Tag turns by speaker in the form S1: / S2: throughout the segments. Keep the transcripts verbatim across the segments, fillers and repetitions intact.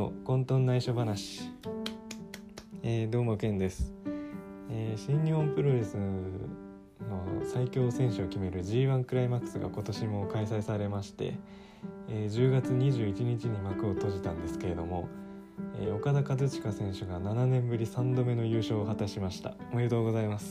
S1: の混沌内緒話、えー、どうもケンです、えー、新日本プロレスの最強選手を決める ジーワン クライマックスが今年も開催されまして、えー、じゅうがつにじゅういちにちに幕を閉じたんですけれども、えー、岡田和親選手がななねんぶりさんどめの優勝を果たしました。おめでとうございます、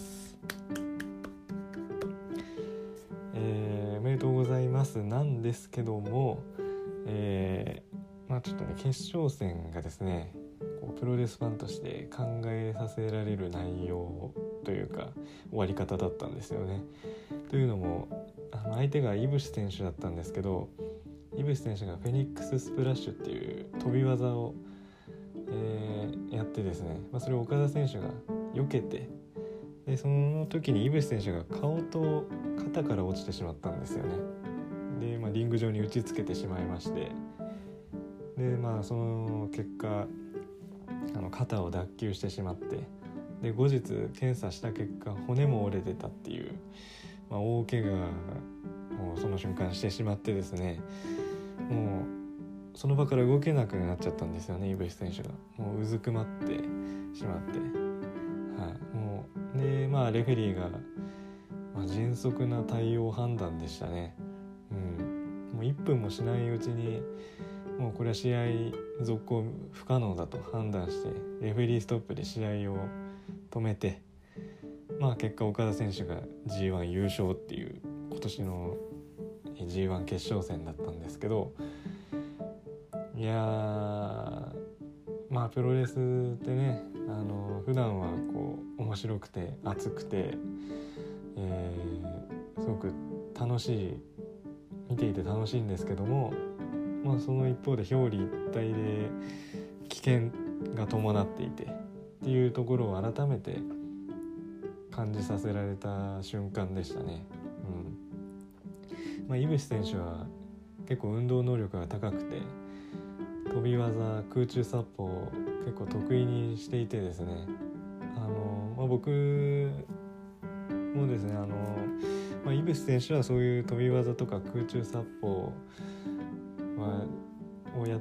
S1: えー、おめでとうございますなんですけども、えーまあ、ちょっとね決勝戦がですねこうプロレスファンとして考えさせられる内容というか終わり方だったんですよね。というのもあの相手がイブシ選手だったんですけど、イブシ選手がフェニックススプラッシュっていう飛び技を、えー、やってですね、まあ、それを岡田選手が避けて、でその時にイブシ選手が顔と肩から落ちてしまったんですよね。で、まあ、リング上に打ちつけてしまいまして、でまあその結果あの肩を脱臼してしまって、で後日検査した結果骨も折れてたっていう、まあ、大怪我をその瞬間してしまってですね、もうその場から動けなくなっちゃったんですよね、イブシ選手が。もううずくまってしまって、はい、もうでまあレフェリーが、まあ、迅速な対応判断でしたね。うん、もういっぷんもしないうちにもうこれは試合続行不可能だと判断してレフェリーストップで試合を止めて、まあ結果岡田選手が ジーワン 優勝っていう今年の ジーワン 決勝戦だったんですけど、いやーまあプロレスってね、あの普段はこう面白くて熱くて、えー、すごく楽しい、見ていて楽しいんですけども、まあ、その一方で表裏一体で危険が伴っていてっていうところを改めて感じさせられた瞬間でしたね。うんまあ、イブシ選手は結構運動能力が高くて飛び技、空中殺法を結構得意にしていてですね、あの、まあ、僕もですね、あの、まあ、イブシ選手はそういう飛び技とか空中殺法まあ、をやって、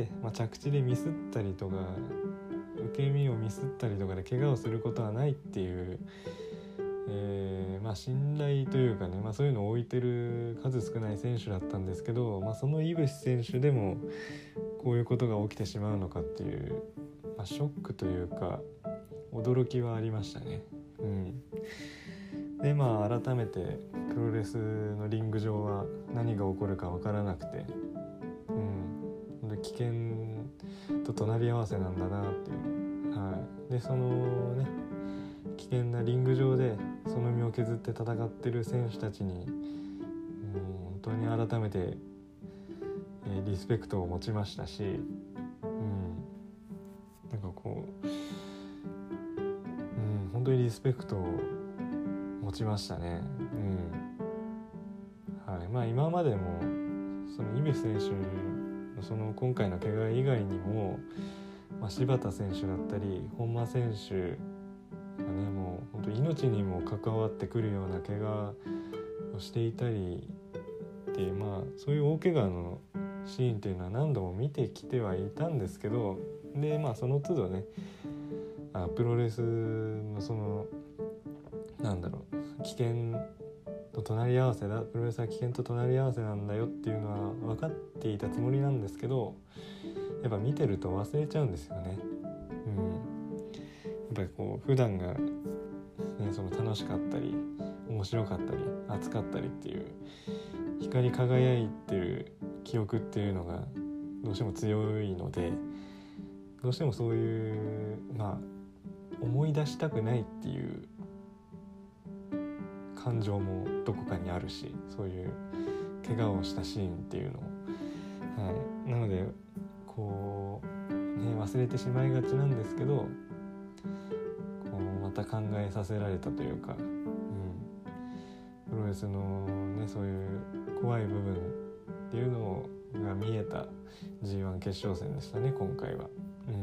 S1: まあ、着地でミスったりとか受け身をミスったりとかで怪我をすることはないっていう、えーまあ、信頼というかね、まあ、そういうのを置いてる数少ない選手だったんですけど、まあ、そのイブシ選手でもこういうことが起きてしまうのかっていう、まあ、ショックというか驚きはありましたね。うん、でまあ改めてプロレスのリング上は何が起こるか分からなくて、うん、危険と隣り合わせなんだなっていう、はい、でそのね危険なリング上でその身を削って戦ってる選手たちに、うん、本当に改めて、えー、リスペクトを持ちましたし、うん、なんかこう、うん、本当にリスペクトを持ちましたね。うん、はい、まあ今までもそのイブシ選手その今回の怪我以外にも、まあ、柴田選手だったり本間選手がねもう本当命にも関わってくるような怪我をしていたりで、まあそういう大怪我のシーンっていうのは何度も見てきてはいたんですけど、でまあその都度ねあプロレスのそのなんだろう危険と隣り合わせだプロレスは危険と隣り合わせなんだよっていうのは分かっていたつもりなんですけど、やっぱ見てると忘れちゃうんですよね。うん、やっぱりこう普段が、ね、その楽しかったり面白かったり熱かったりっていう光り輝いてる記憶っていうのがどうしても強いので、どうしてもそういうまあ思い出したくないっていう感情もどこかにあるし、そういう怪我をしたシーンっていうのを、はい、なのでこう、ね、忘れてしまいがちなんですけど、こうまた考えさせられたというか、うん、プロレスの、ね、そういう怖い部分っていうのが見えた ジーワン 決勝戦でしたね今回は。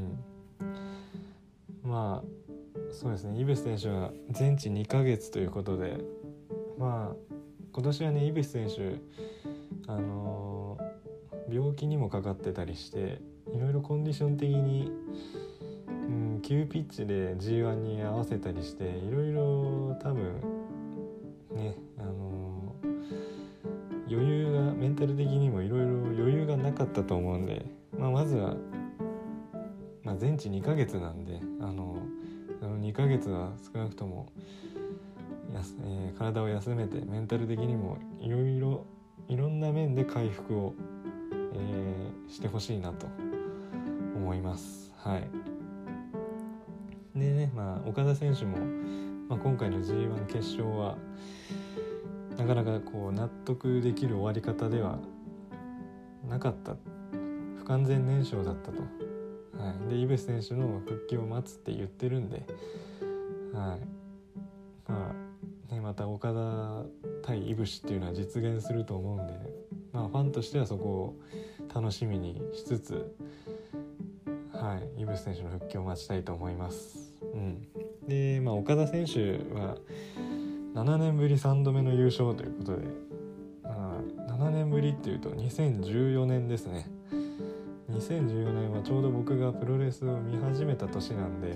S1: うん、まあそうですね、イブシ選手は全治にかげつということで、まあ今年はねイブシ選手あのー、病気にもかかってたりしていろいろコンディション的に、うん、急ピッチで ジーワン に合わせたりしていろいろ多分ね、あのー、余裕がメンタル的にもいろいろ余裕がなかったと思うんで、まあ、まずは、まあ、全治にかげつなんで、あのー、そのにかげつは少なくともやす、えー、体を休めてメンタル的にもいろいろいろんな面で回復を、えー、してほしいなと思います。はい。でね、まあ岡田選手も、まあ、今回の ジーワン 決勝はなかなかこう納得できる終わり方ではなかった、不完全燃焼だったと。はい。でイブス選手の復帰を待つって言ってるんで、はい。まあね、また岡田対イブシっていうのは実現すると思うんで、まあファンとしてはそこを楽しみにしつつ、はい、イブス選手の復帰を待ちたいと思います。うん、で、まあ、岡田選手はななねんぶりさんどめの優勝ということで、まあ、ななねんぶりっていうとにせんじゅうよねんですね。にせんじゅうよねんはちょうど僕がプロレスを見始めた年なんで、はい、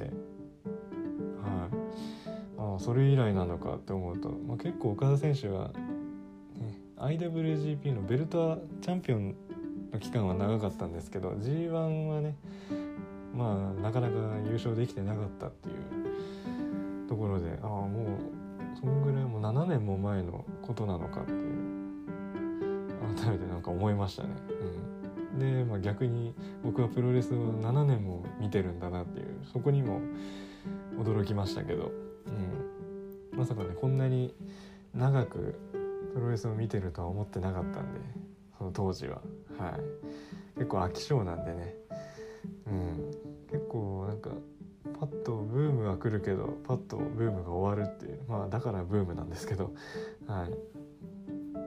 S1: ああそれ以来なのかって思うと、まあ、結構岡田選手は、ね、アイダブリュージーピー のベルトチャンピオンの期間は長かったんですけど ジーワン はね、まあなかなか優勝できてなかったっていうところで、ああもうそんぐらいもうななねんも前のことなのかっていう改めてなんか思いましたね。うん、で、まあ、逆に僕はプロレスをななねんも見てるんだなっていう、そこにも驚きましたけど、うん、まさかねこんなに長くプロレスを見てるとは思ってなかったんで、その当時は、はい、結構飽き性なんでね、うん、結構なんかパッとブームは来るけどパッとブームが終わるっていう、まあだからブームなんですけど、はい、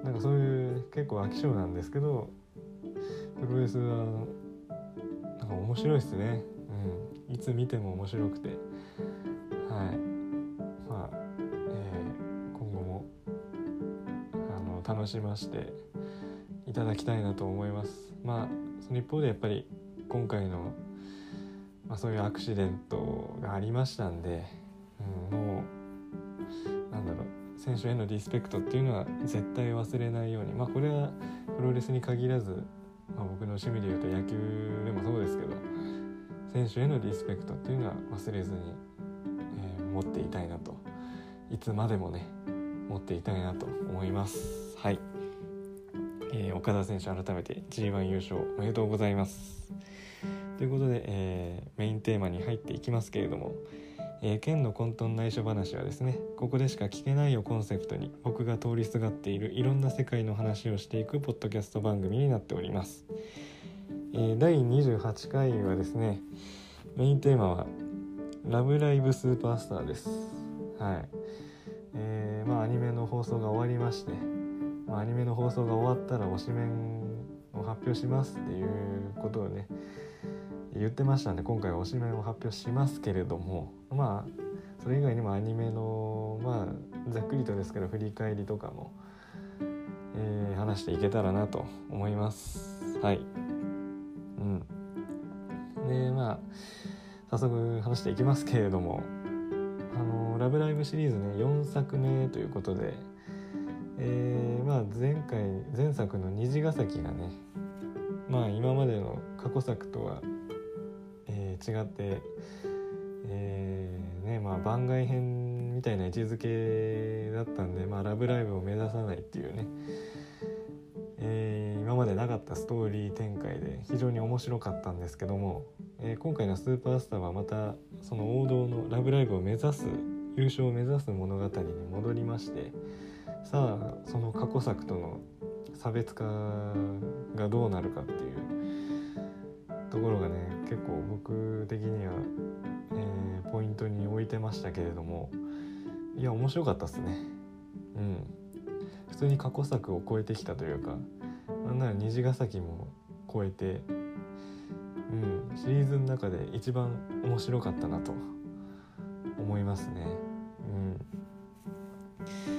S1: なんかそういう結構飽き性なんですけど、プロレスはなんか面白いですね。うん、いつ見ても面白くて、はい、まあ、えー、今後もあの楽しましていただきたいなと思います。まあその一方でやっぱり今回の、まあ、そういうアクシデントがありましたんで、うん、もうなんだろう、選手へのリスペクトっていうのは絶対忘れないように、まあこれはプロレスに限らず、まあ、僕の趣味でいうと野球でもそうですけど、選手へのリスペクトっていうのは忘れずに、えー、持っていたいなと、いつまでもね持っていたいなと思います。はい、えー、岡田選手改めて ジーワン 優勝おめでとうございます。ということで、えー、メインテーマに入っていきますけれども、えー、剣の混沌内緒話はですね、ここでしか聞けないをコンセプトに僕が通りすがっているいろんな世界の話をしていくポッドキャスト番組になっております。えー、だいにじゅうはちかいはですね、メインテーマはラブライブスーパースターです。はい、えー、まあアニメの放送が終わりまして、まあ、アニメの放送が終わったら推しメンを発表しますっていうことをね言ってましたんで、今回は推しメンを発表しますけれども、まあそれ以外にもアニメのまあざっくりとですけど振り返りとかも、えー、話していけたらなと思います。はい、うん、でまあ早速話していきますけれども、あのラブライブシリーズねよんさくめということで、えー、まあ前回前作の虹ヶ崎がね、まあ今までの過去作とは、えー、違って、えー、ねまあ番外編みたいな位置づけだったんで、まあラブライブを目指さないっていうね、えー、今までなかったストーリー展開で非常に面白かったんですけども、えー、今回のスーパースターはまたその王道のラブライブを目指す、優勝を目指す物語に戻りまして、さあその過去作との差別化がどうなるかっていうところがね結構僕的には、えー、ポイントに置いてましたけれども、いや面白かったっすね。うん、普通に過去作を超えてきたというか、なんなら虹ヶ崎も超えて、うん、シリーズの中で一番面白かったなと思いますね。うん、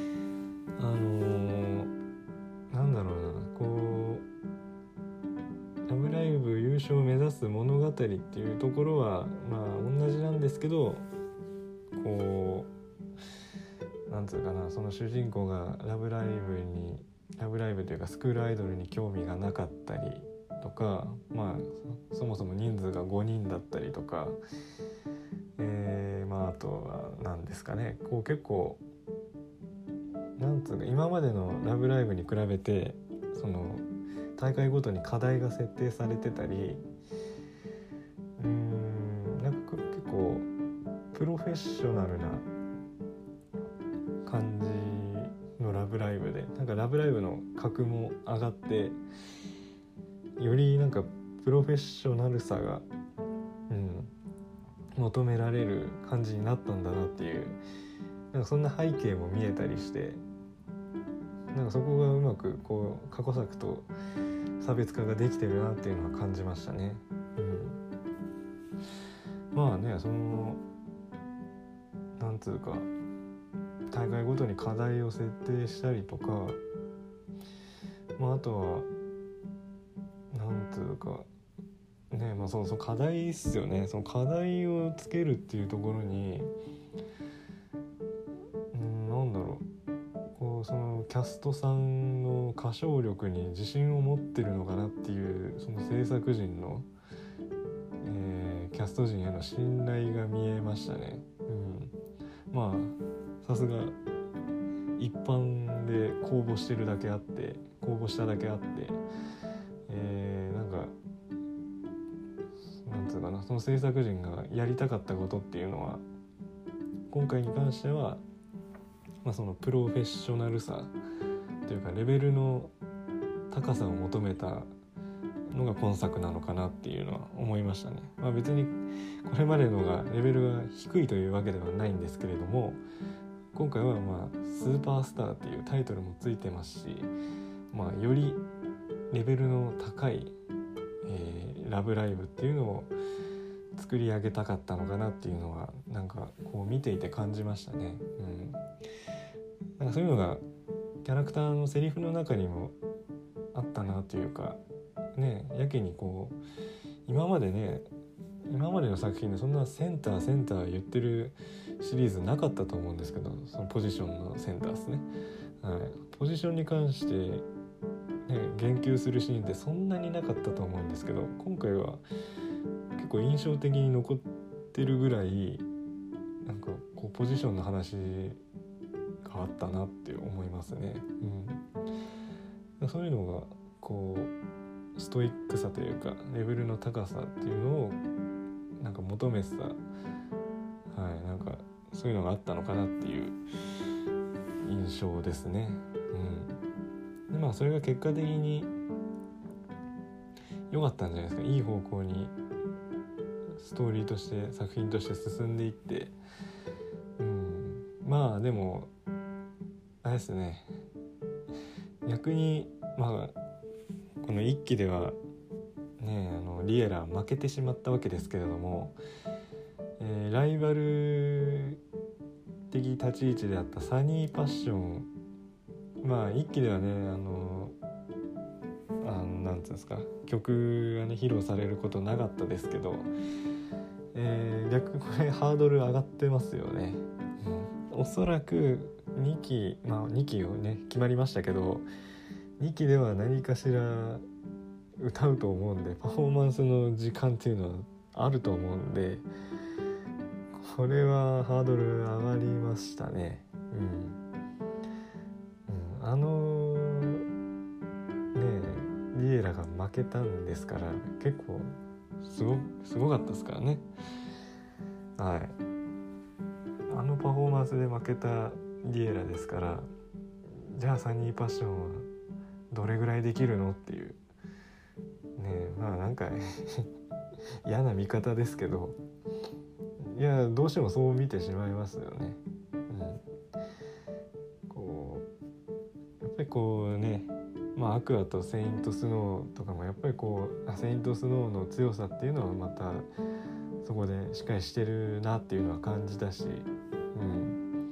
S1: あのー、なんだろうな、こうラブライブ優勝を目指すす物語っていうところはまあ同じなんですけど、こうなんつうかな、その主人公がラブライブにラブライブというかスクールアイドルに興味がなかったりとか、まあそもそも人数がごにんだったりとか、えー、まああとは何ですかね、こう結構なんつうか今までのラブライブに比べてその大会ごとに課題が設定されてたり、うーんなんか結構プロフェッショナルな感じのラブライブで、なんかラブライブの格も上がってよりなんかプロフェッショナルさが、うん、求められる感じになったんだなっていう、なんかそんな背景も見えたりして、なんかそこがうまくこう過去作と差別化ができてるなっていうのは感じましたね。うん、まあね、そのなんつうか大会ごとに課題を設定したりとか、まああとはなんつうかね、まあそうそう課題っすよね。その課題をつけるっていうところに、うん、なんだろう、こうそのキャストさんの歌唱力に自信を持ってるのかなっていう、その制作陣の、えー、キャスト陣への信頼が見えましたね。うん、まあさすが一般で公募してるだけあって公募しただけあって、えー、なんかなんつうかな、その制作陣がやりたかったことっていうのは今回に関しては、まあ、そのプロフェッショナルさというかレベルの高さを求めたのが今作なのかなっていうのは思いましたね。まあ、別にこれまでのがレベルが低いというわけではないんですけれども、今回はまあスーパースターっていうタイトルもついてますし、まあ、よりレベルの高い、えー、ラブライブっていうのを作り上げたかったのかなっていうのはなんかこう見ていて感じましたね。うん、なんかそういうのがキャラクターのセリフの中にもあったなというかね、やけにこう今までね今までの作品でそんなセンターセンター言ってるシリーズなかったと思うんですけど、そのポジションのセンターですね、はい、ポジションに関して、ね、言及するシーンってそんなになかったと思うんですけど、今回は結構印象的に残ってるぐらいなんかこうポジションの話があったなって思いますね。うん、そういうのがこうストイックさというかレベルの高さっていうのをなんか求めてた、はい、なんかそういうのがあったのかなっていう印象ですね。うん、でまあそれが結果的に良かったんじゃないですか。いい方向にストーリーとして作品として進んでいって、うん、まあでもあれですね、逆にまあこの一期ではね、あのリエラ負けてしまったわけですけれども、えー、ライバル的立ち位置であったサニーパッション、まあ一期ではねあのあのなんていうんですか、曲がね披露されることなかったですけど、えー、逆これハードル上がってますよね。うん、おそらくにき、まあにきをね決まりましたけど、にきでは何かしら歌うと思うんで、パフォーマンスの時間っていうのはあると思うんで、これはハードル上がりましたね。うん、うん、あのねリエラが負けたんですから結構すごすごかったですからね。はい、あのパフォーマンスで負けたリエラですから、じゃあサニーパッションはどれぐらいできるのっていうね、まあなんか嫌な見方ですけど、いやどうしてもそう見てしまいますよね。うん、こうやっぱりこうね、まあアクアとセイントスノーとかもやっぱりこうセイントスノーの強さっていうのはまたそこでしっかりしてるなっていうのは感じたし、うん、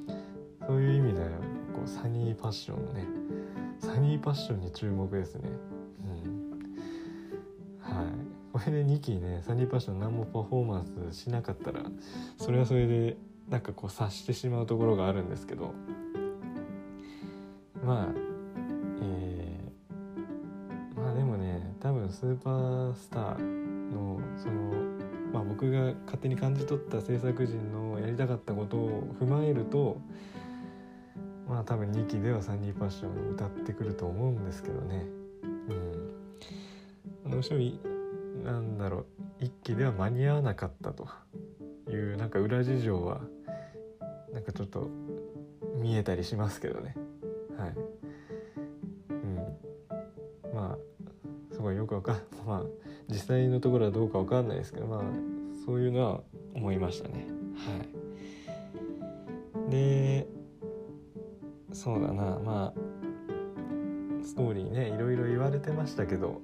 S1: そういう意味ではこうサニーパッションね、サニーパッションに注目ですね。うん、はい、ここれでにきねサニーパッション何もパフォーマンスしなかったらそれはそれでなんかこう察してしまうところがあるんですけど、まあえー、まあでもね多分スーパースターのそのまあ僕が勝手に感じ取った制作陣のやりたかったことを踏まえると、まあ多分にきではサニーパッションを歌ってくると思うんですけどね。うん。どうしてもなんだろういっきでは間に合わなかったというなんか裏事情はなんかちょっと見えたりしますけどね。はい。うん。まあすごいよくわかんまあ実際のところはどうかわかんないですけど、まあそういうのは思いましたね。はい。で、そうだな、まあストーリーねいろいろ言われてましたけど、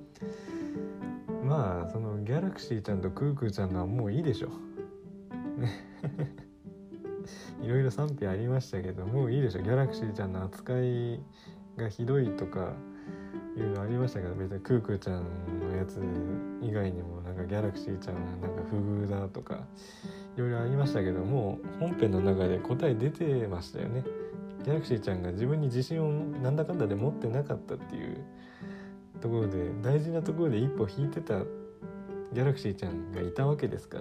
S1: まあそのギャラクシーちゃんとクークーちゃんのはもういいでしょ。ね。いろいろ賛否ありましたけどもういいでしょ。ギャラクシーちゃんの扱いがひどいとかいうのありましたけど、別にクークーちゃんのやつ以外にもなんかギャラクシーちゃんなんか不遇だとかいろいろありましたけども、本編の中で答え出てましたよね。ギャラクシーちゃんが自分に自信をなんだかんだで持ってなかったっていうところで大事なところで一歩引いてたギャラクシーちゃんがいたわけですから、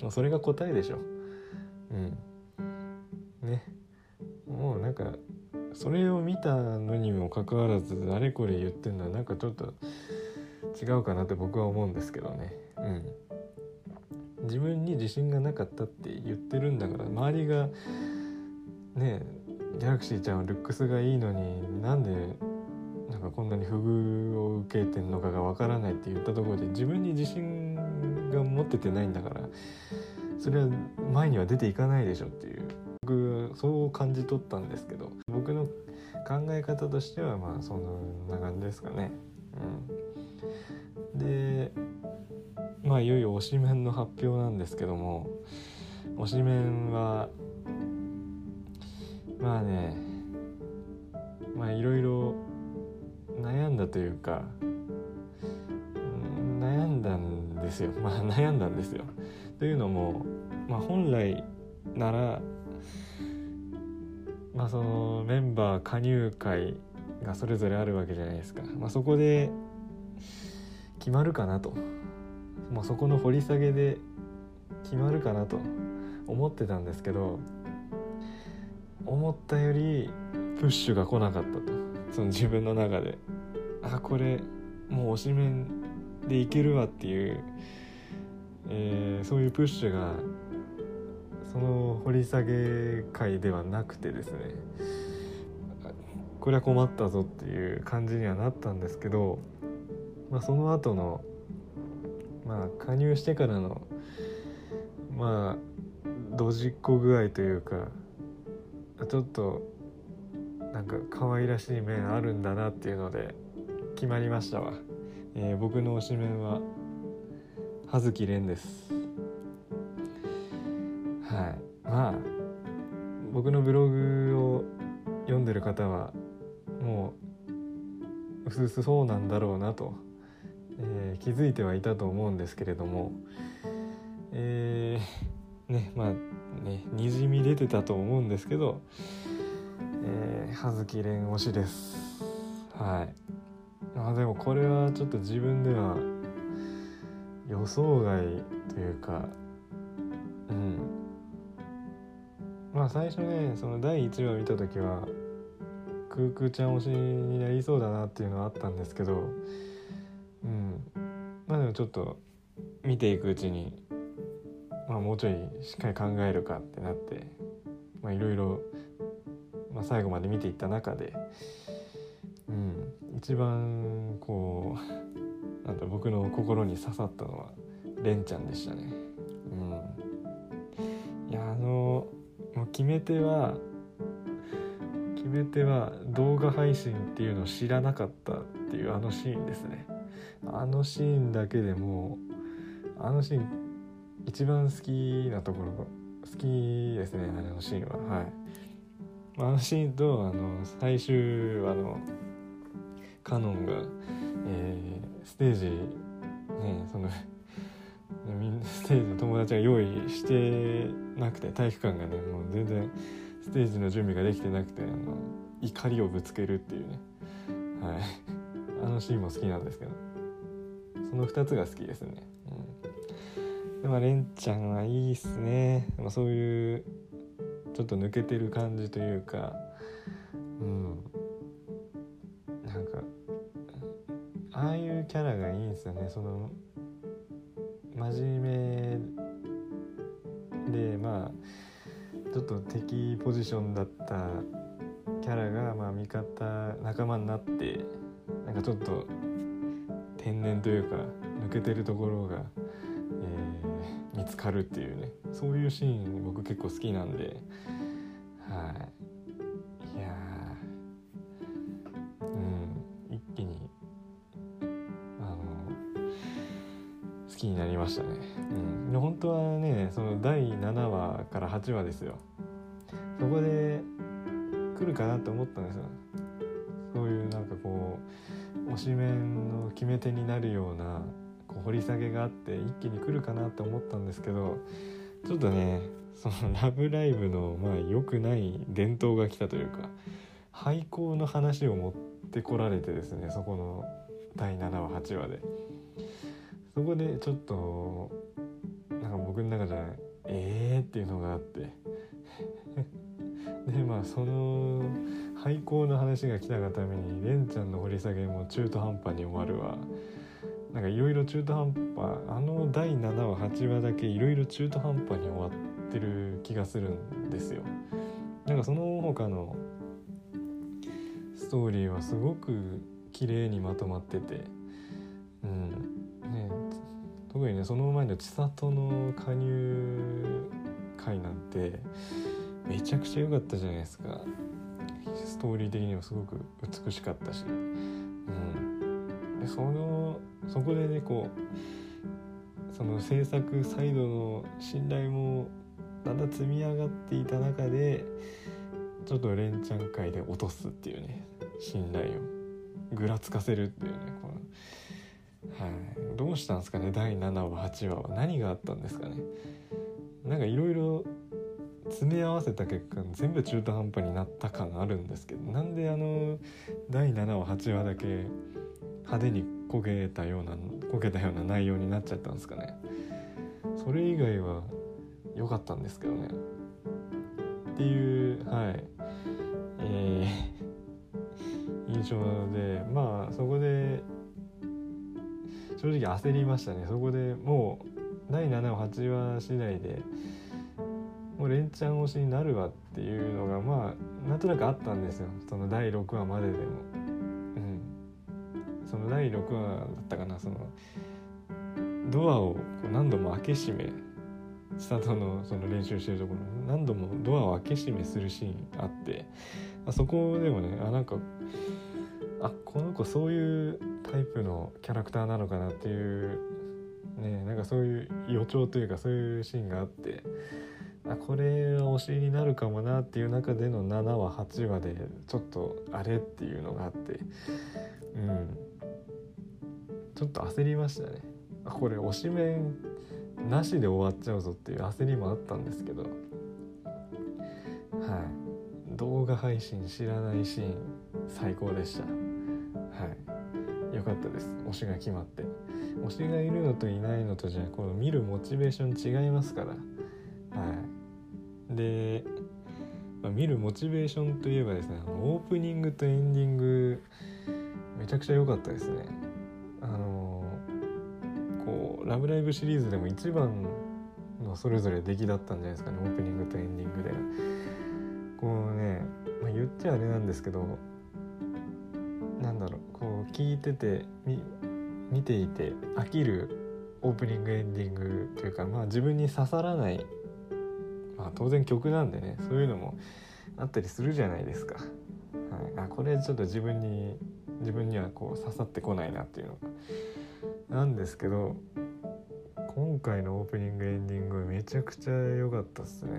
S1: それが答えでしょ。うんね。もうなんかそれを見たのにもかかわらずあれこれ言ってるのはなんかちょっと違うかなって僕は思うんですけどね。うん。自分に自信がなかったって言ってるんだから、周りがねギャラクシーちゃんはルックスがいいのになんでなんかこんなに不遇を受けてんのかがわからないって言ったところで自分に自信が持っててないんだからそれは前には出ていかないでしょっていう、僕そう感じ取ったんですけど、僕の考え方としてはまあそんな感じですかね。うん、でまあいよいよ推しメンの発表なんですけども、推しメンはまあねまあいろいろ悩んだというか、うん、悩んだんですよ。まあ悩んだんですよ。というのも、まあ、本来なら、まあ、そのメンバー加入会がそれぞれあるわけじゃないですか。まあ、そこで決まるかなと、まあ、そこの掘り下げで決まるかなと思ってたんですけど、思ったよりプッシュが来なかったと。その自分の中であこれもう推しメンでいけるわっていう、えー、そういうプッシュがその掘り下げ会ではなくてですね、これは困ったぞっていう感じにはなったんですけど、まあ、その後のまあ加入してからのまあドジっ子具合というか、ちょっとなんか可愛らしい面あるんだなっていうので決まりましたわ。えー、僕の推しメンは葉月蓮です。はい。まあ僕のブログを読んでる方はもううすうすそうなんだろうなと、えー、気づいてはいたと思うんですけれども、えー、ねまあねにじみ出てたと思うんですけど、えー、葉月蓮推しです。はい。あでもこれはちょっと自分では予想外というか、うんまあ最初ねそのだいいちわ見た時はクークーちゃん推しになりそうだなっていうのはあったんですけど、うんまあでもちょっと見ていくうちにまあもうちょいしっかり考えるかってなってまあいろいろ最後まで見ていった中で、うん、一番こうなんだ僕の心に刺さったのはレンちゃんでしたね。うん、いやあのもう決め手は決め手は動画配信っていうのを知らなかったっていうあのシーンですね。あのシーンだけでもうあのシーン一番好きなところ好きですね。あのシーンははい。あのシーンとあの最終話のカノンが、えー、ステージそのみんなステージの友達が用意してなくて、体育館がねもう全然ステージの準備ができてなくて、あの怒りをぶつけるっていうね、はい、あのシーンも好きなんですけど、そのふたつが好きですね。うん、でまあレンちゃんはいいっすね。まあ、そういうちょっと抜けてる感じというか、うん、なんかああいうキャラがいいんですよね。その真面目で、まあちょっと敵ポジションだったキャラが、まあ味方仲間になって、なんかちょっと天然というか抜けてるところが、えー、見つかるっていうね、そういうシーン僕結構好きなんで、はい、いやー、うん、一気にあの好きになりましたね。うん、で本当はね、そのだいななわからはちわですよ。そこで来るかなと思ったんですよ。そういうなんかこう推しメンの決め手になるようなこう掘り下げがあって一気に来るかなと思ったんですけど、ちょっとねそのラブライブのまあ良くない伝統が来たというか、廃校の話を持ってこられてですね、そこのだいななわはちわでそこでちょっとなんか僕の中じゃえーっていうのがあってでまあその廃校の話が来たがためにレンちゃんの掘り下げも中途半端に終わるわ。なんかいろいろ中途半端、あのだいななわはちわだけいろいろ中途半端に終わってる気がするんですよ。なんかその他のストーリーはすごく綺麗にまとまってて、うんね、特にねその前の千里の加入回なんてめちゃくちゃ良かったじゃないですか。ストーリー的にもすごく美しかったし、うん、でそのそこでねこうその制作サイドの信頼もだんだん積み上がっていた中でちょっと連チャン会で落とすっていうね、信頼をぐらつかせるっていうね、この、はい、どうしたんですかね。だいななわはちわは何があったんですかね。なんかいろいろ詰め合わせた結果全部中途半端になった感あるんですけど、なんであのだいななわはちわだけ派手に焦げたような焦げたような内容になっちゃったんですかね。それ以外は良かったんですけどねっていう、はい、えー、印象で、まあそこで正直焦りましたね。そこでもうだいななわはちわ次第でもう連チャン推しになるわっていうのがまあなんとなくあったんですよ。そのだいろくわまででも、うん、そのだいろくわだったかな、そのドアをこう何度も開け閉め、千里のその練習してるところ何度もドアを開け閉めするシーンあって、あそこでもね、あなんかあこの子そういうタイプのキャラクターなのかなっていうね、なんかそういう予兆というかそういうシーンがあって、あこれは推しになるかもなっていう中でのななわはちわでちょっとあれっていうのがあって、うんちょっと焦りましたね。あこれ推しメンなしで終わっちゃうぞっていう焦りもあったんですけど、はい、動画配信知らないシーン最高でした。はい良かったです。推しが決まって、推しがいるのといないのとじゃこの見るモチベーション違いますから、はいで、まあ、見るモチベーションといえばですね、あのオープニングとエンディングめちゃくちゃ良かったですね。あのー、こうラブライブシリーズでも一番のそれぞれ出来だったんじゃないですかね、オープニングとエンディングで。こうね、まあ、言っちゃあれなんですけど、なんだろう、こう聞いててみ見ていて飽きるオープニングエンディングというか、まあ自分に刺さらない、まあ当然曲なんでね、そういうのもあったりするじゃないですか。はい、あこれちょっと自分に自分にはこう刺さってこないなっていうのがなんですけど、今回のオープニングエンディングめちゃくちゃ良かったっすね。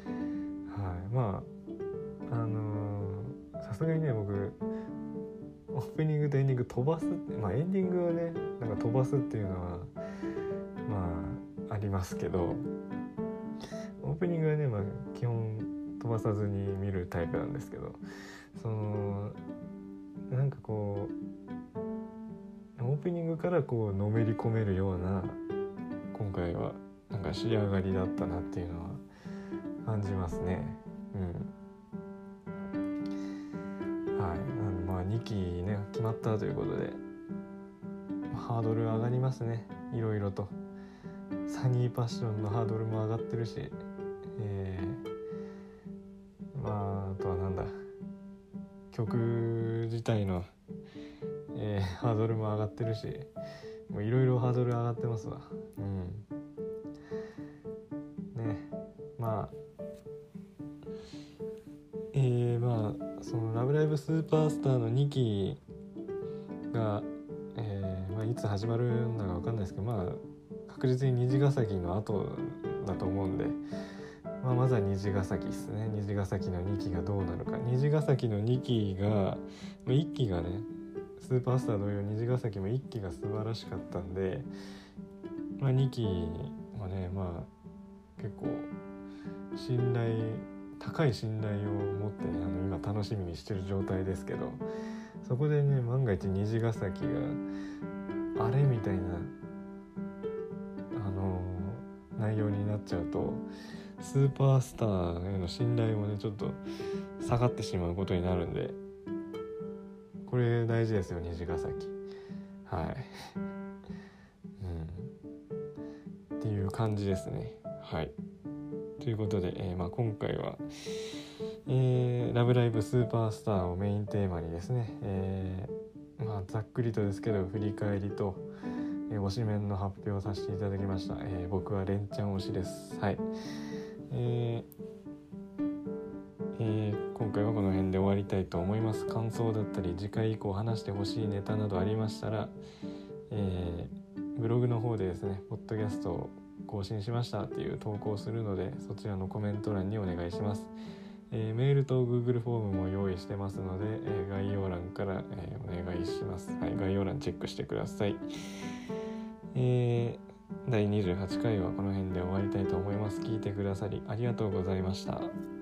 S1: うん、はい、まああのさすがにね僕オープニングとエンディング飛ばすって、まあエンディングをねなんか飛ばすっていうのはまあありますけど、オープニングはね、まあ、基本飛ばさずに見るタイプなんですけど、そのなんかこうオープニングからこうのめり込めるような今回はなんか仕上がりだったなっていうのは感じますね。うん。はい。なんでまあにきね決まったということでハードル上がりますね。いろいろとサニーパッションのハードルも上がってるし、えー、まああとはなんだ曲自体の、えー、ハードルも上がってるし、もういろいろハードル上がってますわ。うんね、まあえー、まあそのラブライブスーパースターのにきが、えーまあ、いつ始まるんだか分かんないですけど、まあ確実に虹ヶ崎の後だと思うんで、まあ、まずは虹ヶ崎ですね。虹ヶ崎のにきがどうなるか。虹ヶ崎のにきが、まあ、いっきがねスーパースター同様虹ヶ崎もいっきが素晴らしかったんで、まあ、にきはねまあ結構信頼高い信頼を持ってあの今楽しみにしてる状態ですけど、そこでね万が一虹ヶ崎があれみたいなあのー、内容になっちゃうとスーパースターへの信頼もねちょっと下がってしまうことになるんで、これ大事ですよ虹ヶ崎。はい、うん、っていう感じですね。はい。ということで、えーまあ、今回は、えー、ラブライブスーパースターをメインテーマにですね、えーまあ、ざっくりとですけど振り返りと、えー、推しメンの発表をさせていただきました。えー、僕はレンちゃん推しです。はい。えーえー、今回はこの辺で終わりたいと思います。感想だったり次回以降話してほしいネタなどありましたら、えー、ブログの方でですねポッドキャストを更新しましたっていう投稿するので、そちらのコメント欄にお願いします。えー、メールと Google フォームも用意してますので、えー、概要欄から、えー、お願いします。はい、概要欄チェックしてください。えー、だいにじゅうはちかいはこの辺で終わりたいと思います。聞いてくださりありがとうございました。